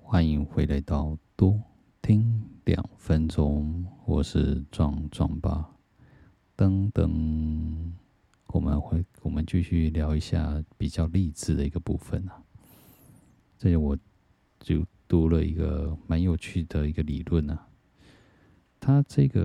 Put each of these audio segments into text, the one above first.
欢迎回来到多听2分钟，我是壮爸。噔噔，我们继续聊一下比较励志的一个部分啊。这里我就读了一个蛮有趣的一个理论啊。它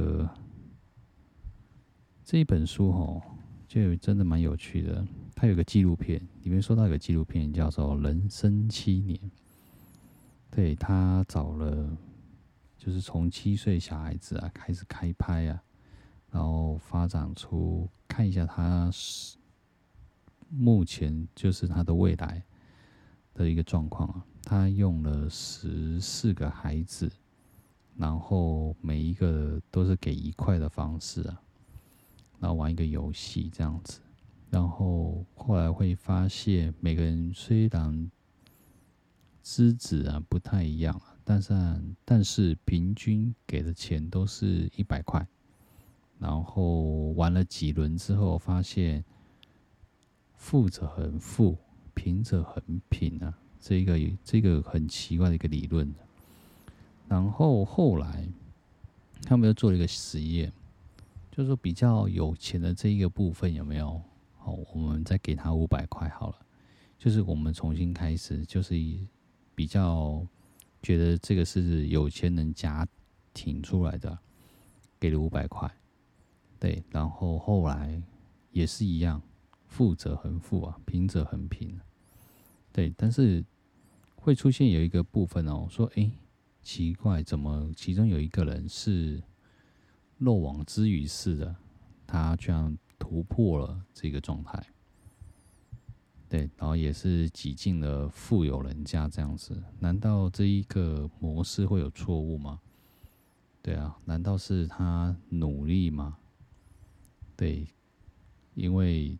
这一本书就真的蛮有趣的。它有个纪录片，里面说到有个纪录片叫做《人生7年》。对，他找了，就是从7岁小孩子啊开始开拍啊，然后发展出看一下他目前就是他的未来的一个状况啊。他用了14个孩子，然后每一个都是给1块的方式啊，然后玩一个游戏这样子。然后后来会发现，每个人虽然资质啊不太一样啊，但是平均给的钱都是100块。然后玩了几轮之后，发现富者很富，贫者很贫啊，这个很奇怪的一个理论。然后后来他们又做了一个实验，就是说比较有钱的这一个部分有没有？我们再给他500块好了，就是我们重新开始，就是比较觉得这个是有钱人家庭出来的，给了500块。对，然后后来也是一样，富者恒富啊，贫者恒贫。对，但是会出现有一个部分说奇怪，怎么其中有一个人是漏网之鱼似的，他居然突破了这个状态。对，然后也是挤进了富有人家这样子。难道这一个模式会有错误吗？对啊，难道是他努力吗？对，因为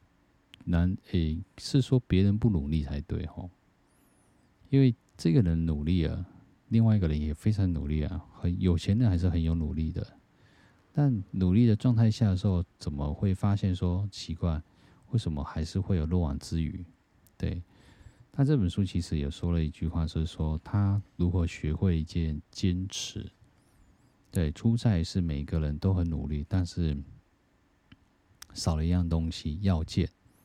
是说别人不努力才对因为这个人努力了，另外一个人也非常努力啊，有钱人还是很有努力的。但努力的状态下的时候，怎么会发现说奇怪，为什么还是会有漏网之鱼？对，他这本书其实也说了一句话，是说他如何学会一件坚持。对，出在是每个人都很努力，但是少了一样东西，要件。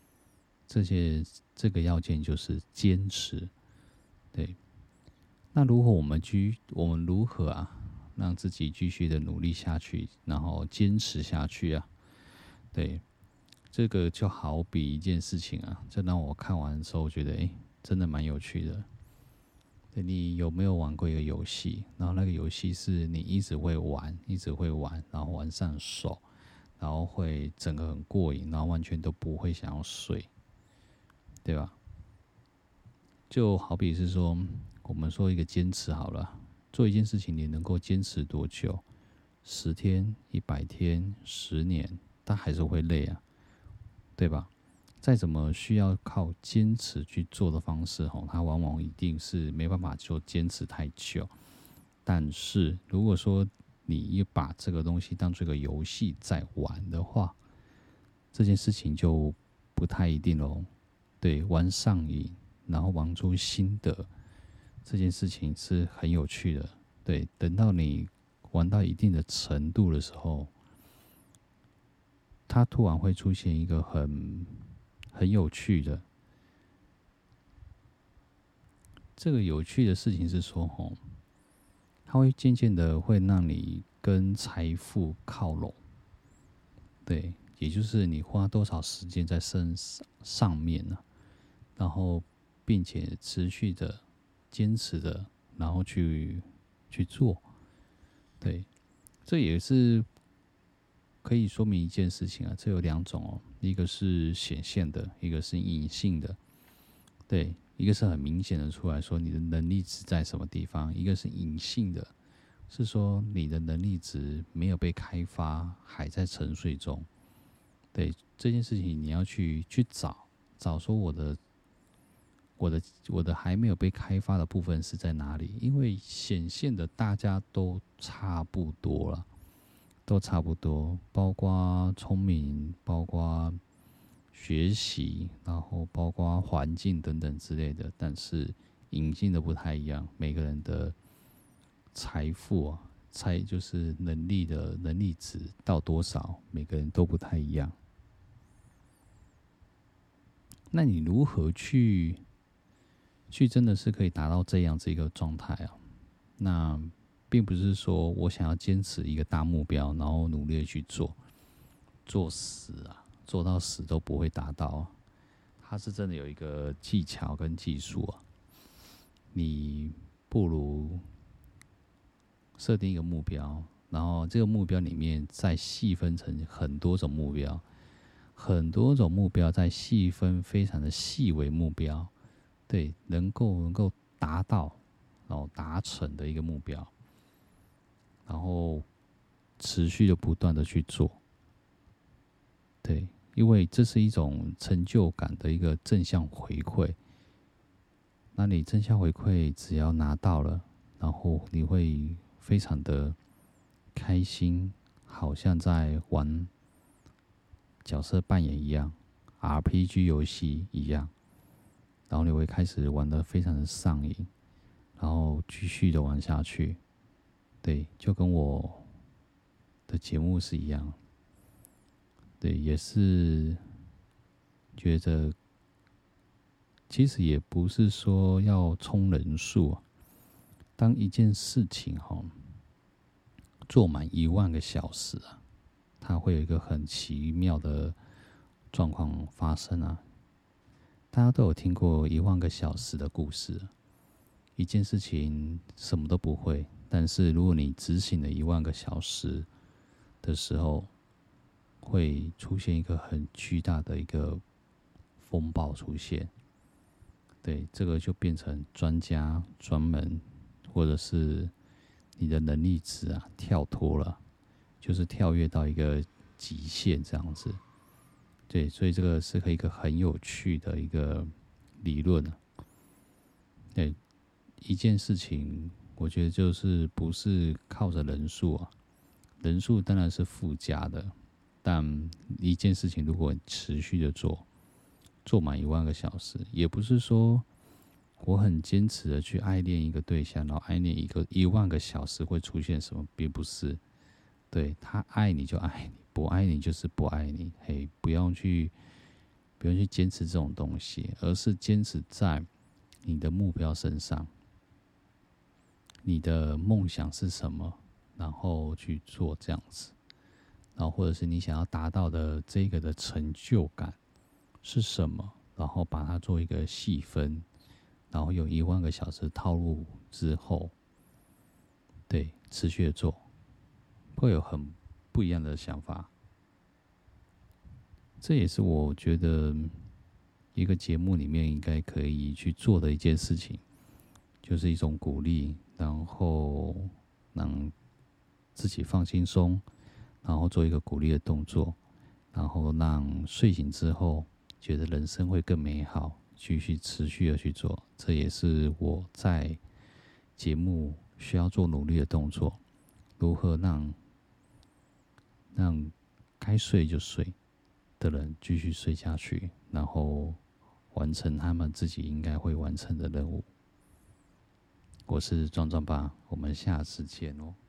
这个要件就是坚持。对，那我们如何让自己继续的努力下去，然后坚持下去啊？对，这个就好比一件事情啊，这让我看完之后觉得真的蛮有趣的。对，你有没有玩过一个游戏？然后那个游戏是你一直会玩，然后玩上手，然后会整个很过瘾，然后完全都不会想要睡，对吧？就好比是说，我们说一个坚持好了，做一件事情你能够坚持多久？10天、100天、10年，但还是会累啊，对吧？再怎么需要靠坚持去做的方式，它往往一定是没办法就坚持太久。但是如果说你把这个东西当作一个游戏在玩的话，这件事情就不太一定咯。对，玩上瘾，然后玩出心得，这件事情是很有趣的。对，等到你玩到一定的程度的时候，它突然会出现一个很有趣的。这个有趣的事情是说，它会渐渐的会让你跟财富靠拢。对，也就是你花多少时间在上面呢？然后并且持续的坚持的，然后去做。对，这也是可以说明一件事情啊，这有2种一个是显现的，一个是隐性的。对，一个是很明显的出来说你的能力值在什么地方，一个是隐性的，是说你的能力值没有被开发，还在沉睡中。对，这件事情你要去找说我的还没有被开发的部分是在哪里？因为显现的大家都差不多了，都差不多，包括聪明，包括学习，然后包括环境等等之类的。但是引进的不太一样，每个人的财富啊，就是能力值到多少，每个人都不太一样。那你如何去真的是可以达到这样子一个状态啊？那并不是说我想要坚持一个大目标，然后努力的去做死啊，做到死都不会达到啊。它是真的有一个技巧跟技术啊。你不如设定一个目标，然后这个目标里面再细分成很多种目标，再细分非常的细微目标，对，能够达到，然后达成的一个目标，然后持续的不断的去做，对，因为这是一种成就感的一个正向回馈。那你正向回馈只要拿到了，然后你会非常的开心，好像在玩角色扮演一样 ，RPG 游戏一样，然后你会开始玩得非常的上瘾，然后继续的玩下去，对，就跟我的节目是一样，对，也是觉得其实也不是说要冲人数啊，当一件事情做满10000个小时啊，它会有一个很奇妙的状况发生啊。大家都有听过10000个小时的故事，一件事情什么都不会，但是如果你执行了10000个小时的时候，会出现一个很巨大的一个风暴出现。对，这个就变成专家专门，或者是你的能力值啊跳脱了，就是跳跃到一个极限这样子。对，所以这个是一个很有趣的一个理论啊。对，一件事情，我觉得就是不是靠着人数啊，人数当然是附加的，但一件事情如果持续的做满10000个小时，也不是说我很坚持的去爱恋一个对象，然后爱恋10000个小时会出现什么，并不是。对，他爱你就爱你，不爱你就是不爱你。嘿，不用去坚持这种东西，而是坚持在你的目标身上，你的梦想是什么，然后去做这样子，然后或者是你想要达到的这个的成就感是什么，然后把它做一个细分，然后有10000个小时套路之后，对，持续的做，会有很不一样的想法。这也是我觉得一个节目里面应该可以去做的一件事情，就是一种鼓励，然后让自己放轻松，然后做一个鼓励的动作，然后让睡醒之后觉得人生会更美好，继续持续的去做。这也是我在节目需要做努力的动作，如何让该睡就睡的人继续睡下去，然后完成他们自己应该会完成的任务。我是壮壮爸，我们下次见哦。